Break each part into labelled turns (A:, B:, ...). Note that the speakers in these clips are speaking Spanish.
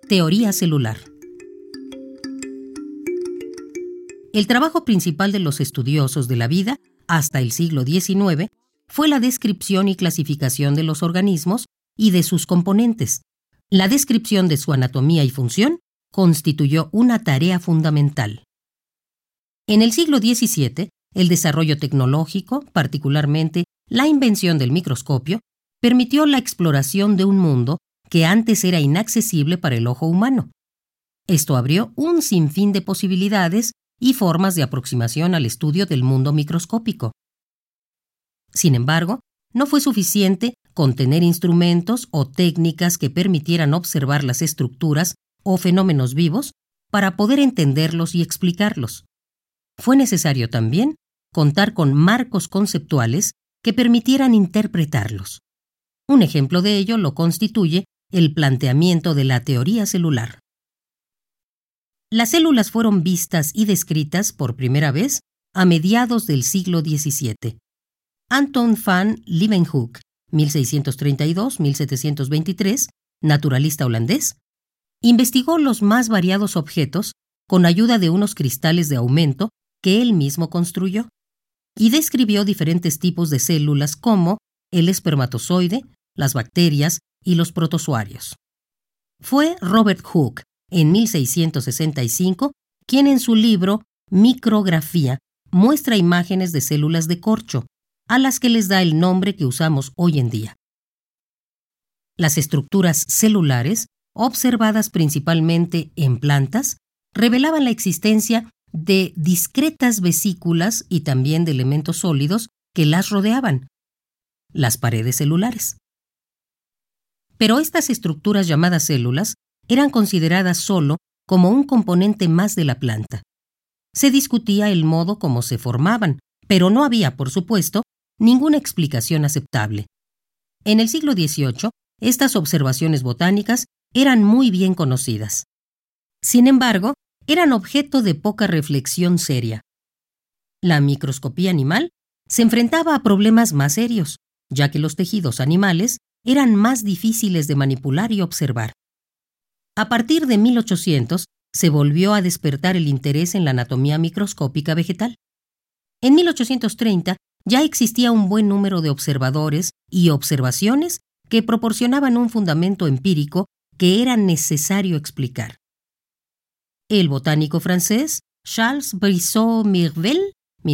A: Teoría celular. El trabajo principal de los estudiosos de la vida, hasta el siglo XIX, fue la descripción y clasificación de los organismos y de sus componentes. La descripción de su anatomía y función constituyó una tarea fundamental. En el siglo XVII, el desarrollo tecnológico, particularmente la invención del microscopio, permitió la exploración de un mundo que antes era inaccesible para el ojo humano. Esto abrió un sinfín de posibilidades y formas de aproximación al estudio del mundo microscópico. Sin embargo, no fue suficiente con tener instrumentos o técnicas que permitieran observar las estructuras o fenómenos vivos para poder entenderlos y explicarlos. Fue necesario también contar con marcos conceptuales que permitieran interpretarlos. Un ejemplo de ello lo constituye el planteamiento de la teoría celular. Las células fueron vistas y descritas por primera vez a mediados del siglo XVII. Anton van Leeuwenhoek, 1632-1723, naturalista holandés, investigó los más variados objetos con ayuda de unos cristales de aumento que él mismo construyó, y describió diferentes tipos de células como el espermatozoide, las bacterias y los protozoarios. Fue Robert Hooke, en 1665, quien en su libro Micrografía muestra imágenes de células de corcho, a las que les da el nombre que usamos hoy en día. Las estructuras celulares, observadas principalmente en plantas, revelaban la existencia de discretas vesículas y también de elementos sólidos que las rodeaban, las paredes celulares. Pero estas estructuras llamadas células eran consideradas solo como un componente más de la planta. Se discutía el modo como se formaban, pero no había, por supuesto, ninguna explicación aceptable. En el siglo XVIII, estas observaciones botánicas eran muy bien conocidas. Sin embargo, eran objeto de poca reflexión seria. La microscopía animal se enfrentaba a problemas más serios, ya que los tejidos animales eran más difíciles de manipular y observar. A partir de 1800, se volvió a despertar el interés en la anatomía microscópica vegetal. En 1830 ya existía un buen número de observadores y observaciones que proporcionaban un fundamento empírico que era necesario explicar. El botánico francés Charles Brisson-Mirvel,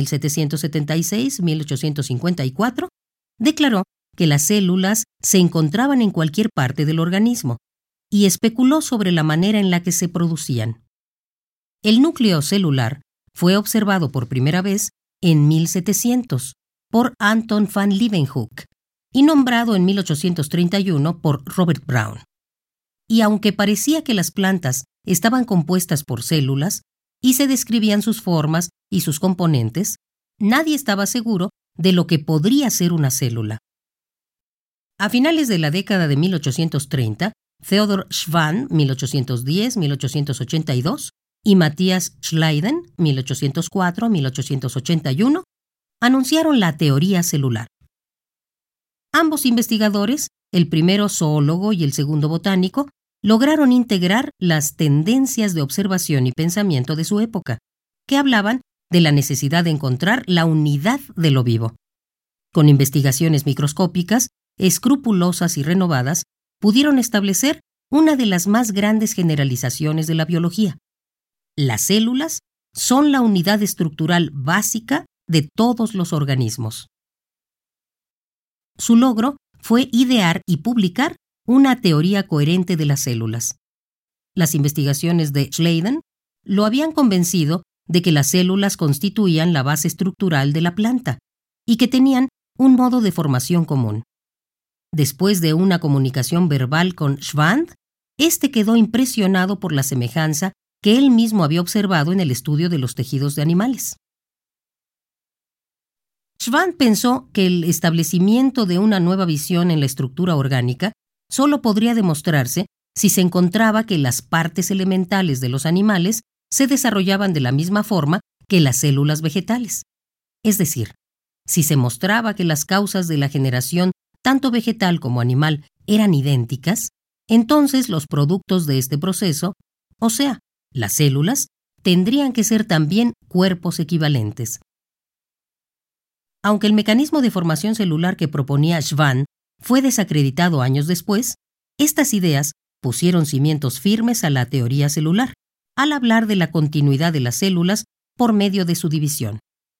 A: 1776-1854, declaró que las células se encontraban en cualquier parte del organismo y especuló sobre la manera en la que se producían. El núcleo celular fue observado por primera vez en 1700 por Anton van Leeuwenhoek y nombrado en 1831 por Robert Brown. Y aunque parecía que las plantas estaban compuestas por células y se describían sus formas y sus componentes, nadie estaba seguro de lo que podría ser una célula. A finales de la década de 1830, Theodor Schwann, 1810-1882, y Matthias Schleiden, 1804-1881, anunciaron la teoría celular. Ambos investigadores, el primero zoólogo y el segundo botánico, lograron integrar las tendencias de observación y pensamiento de su época, que hablaban de la necesidad de encontrar la unidad de lo vivo. Con investigaciones microscópicas, escrupulosas y renovadas, pudieron establecer una de las más grandes generalizaciones de la biología. Las células son la unidad estructural básica de todos los organismos. Su logro fue idear y publicar una teoría coherente de las células. Las investigaciones de Schleiden lo habían convencido de que las células constituían la base estructural de la planta y que tenían un modo de formación común. Después de una comunicación verbal con Schwann, este quedó impresionado por la semejanza que él mismo había observado en el estudio de los tejidos de animales. Schwann pensó que el establecimiento de una nueva visión en la estructura orgánica solo podría demostrarse si se encontraba que las partes elementales de los animales se desarrollaban de la misma forma que las células vegetales. Es decir, si se mostraba que las causas de la generación tanto vegetal como animal eran idénticas, entonces los productos de este proceso, o sea, las células, tendrían que ser también cuerpos equivalentes. Aunque el mecanismo de formación celular que proponía Schwann fue desacreditado años después, estas ideas pusieron cimientos firmes a la teoría celular, al hablar de la continuidad de las células por medio de su división.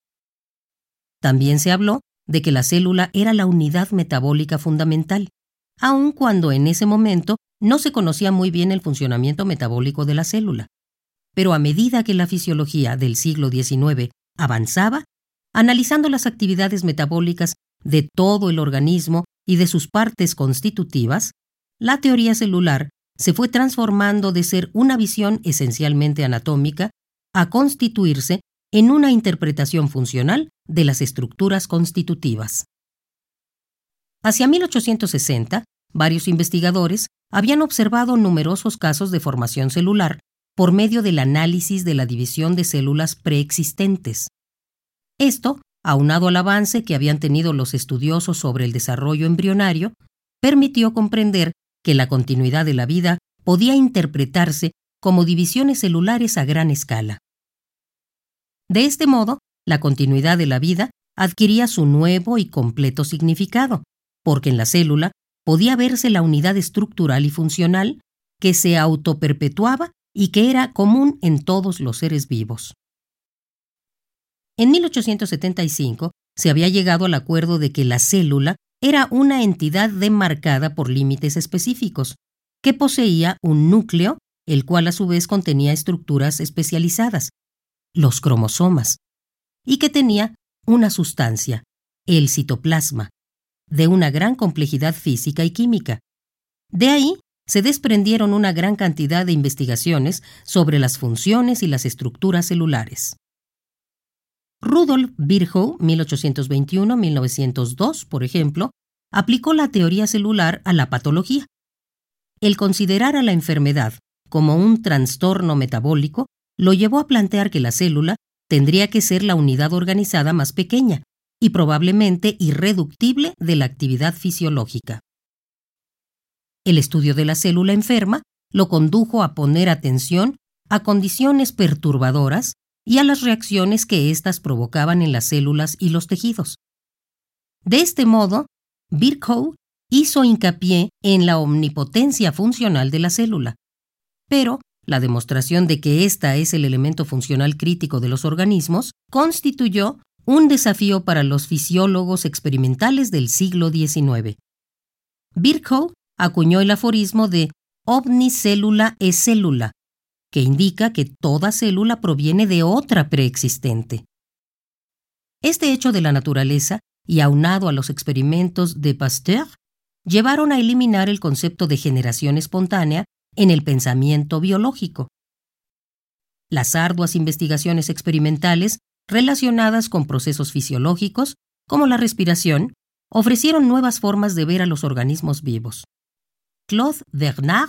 A: También se habló de que la célula era la unidad metabólica fundamental, aun cuando en ese momento no se conocía muy bien el funcionamiento metabólico de la célula. Pero a medida que la fisiología del siglo XIX avanzaba, analizando las actividades metabólicas de todo el organismo y de sus partes constitutivas, la teoría celular se fue transformando de ser una visión esencialmente anatómica a constituirse en una interpretación funcional de las estructuras constitutivas. Hacia 1860, varios investigadores habían observado numerosos casos de formación celular por medio del análisis de la división de células preexistentes. Esto, aunado al avance que habían tenido los estudiosos sobre el desarrollo embrionario, permitió comprender que la continuidad de la vida podía interpretarse como divisiones celulares a gran escala. De este modo, la continuidad de la vida adquiría su nuevo y completo significado, porque en la célula podía verse la unidad estructural y funcional que se autoperpetuaba y que era común en todos los seres vivos. En 1875 se había llegado al acuerdo de que la célula era una entidad demarcada por límites específicos, que poseía un núcleo, el cual a su vez contenía estructuras especializadas, los cromosomas, y que tenía una sustancia, el citoplasma, de una gran complejidad física y química. De ahí se desprendieron una gran cantidad de investigaciones sobre las funciones y las estructuras celulares. Rudolf Virchow, 1821-1902, por ejemplo, aplicó la teoría celular a la patología. El considerar a la enfermedad como un trastorno metabólico lo llevó a plantear que la célula tendría que ser la unidad organizada más pequeña y probablemente irreductible de la actividad fisiológica. El estudio de la célula enferma lo condujo a poner atención a condiciones perturbadoras y a las reacciones que éstas provocaban en las células y los tejidos. De este modo, Virchow hizo hincapié en la omnipotencia funcional de la célula, pero la demostración de que ésta es el elemento funcional crítico de los organismos constituyó un desafío para los fisiólogos experimentales del siglo XIX. Virchow acuñó el aforismo de «Omnis cellula est cellula», que indica que toda célula proviene de otra preexistente. Este hecho de la naturaleza, y aunado a los experimentos de Pasteur, llevaron a eliminar el concepto de generación espontánea en el pensamiento biológico. Las arduas investigaciones experimentales relacionadas con procesos fisiológicos, como la respiración, ofrecieron nuevas formas de ver a los organismos vivos. Claude Bernard,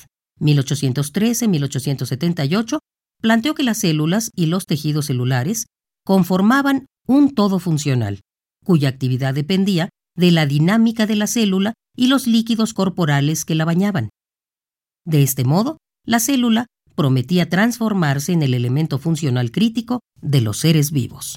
A: 1813-1878, planteó que las células y los tejidos celulares conformaban un todo funcional, cuya actividad dependía de la dinámica de la célula y los líquidos corporales que la bañaban. De este modo, la célula prometía transformarse en el elemento funcional crítico de los seres vivos.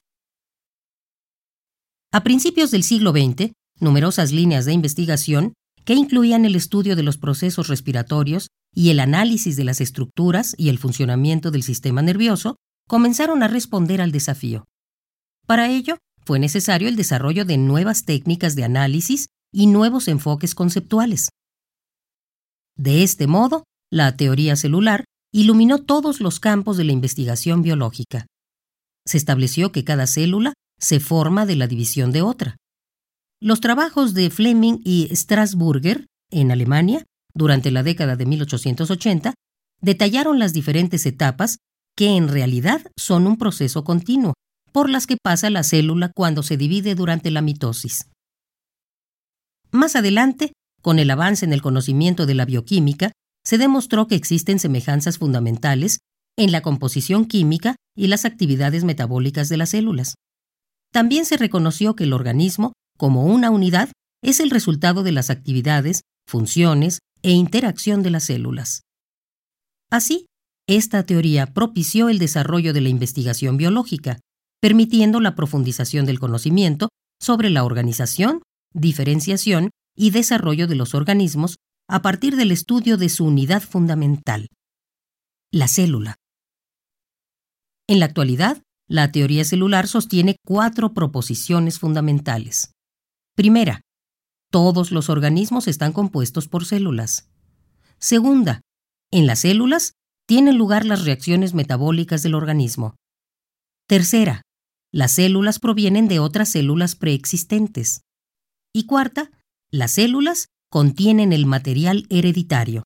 A: A principios del siglo XX, numerosas líneas de investigación, que incluían el estudio de los procesos respiratorios y el análisis de las estructuras y el funcionamiento del sistema nervioso, comenzaron a responder al desafío. Para ello, fue necesario el desarrollo de nuevas técnicas de análisis y nuevos enfoques conceptuales. De este modo, la teoría celular iluminó todos los campos de la investigación biológica. Se estableció que cada célula se forma de la división de otra. Los trabajos de Fleming y Strasburger, en Alemania, durante la década de 1880, detallaron las diferentes etapas que en realidad son un proceso continuo, por las que pasa la célula cuando se divide durante la mitosis. Más adelante, con el avance en el conocimiento de la bioquímica, se demostró que existen semejanzas fundamentales en la composición química y las actividades metabólicas de las células. También se reconoció que el organismo, como una unidad, es el resultado de las actividades, funciones e interacción de las células. Así, esta teoría propició el desarrollo de la investigación biológica, permitiendo la profundización del conocimiento sobre la organización, diferenciación y desarrollo de los organismos a partir del estudio de su unidad fundamental, la célula. En la actualidad, la teoría celular sostiene 4 proposiciones fundamentales. Primera, todos los organismos están compuestos por células. Segunda, en las células tienen lugar las reacciones metabólicas del organismo. Tercera, las células provienen de otras células preexistentes. Y cuarta, las células contienen el material hereditario.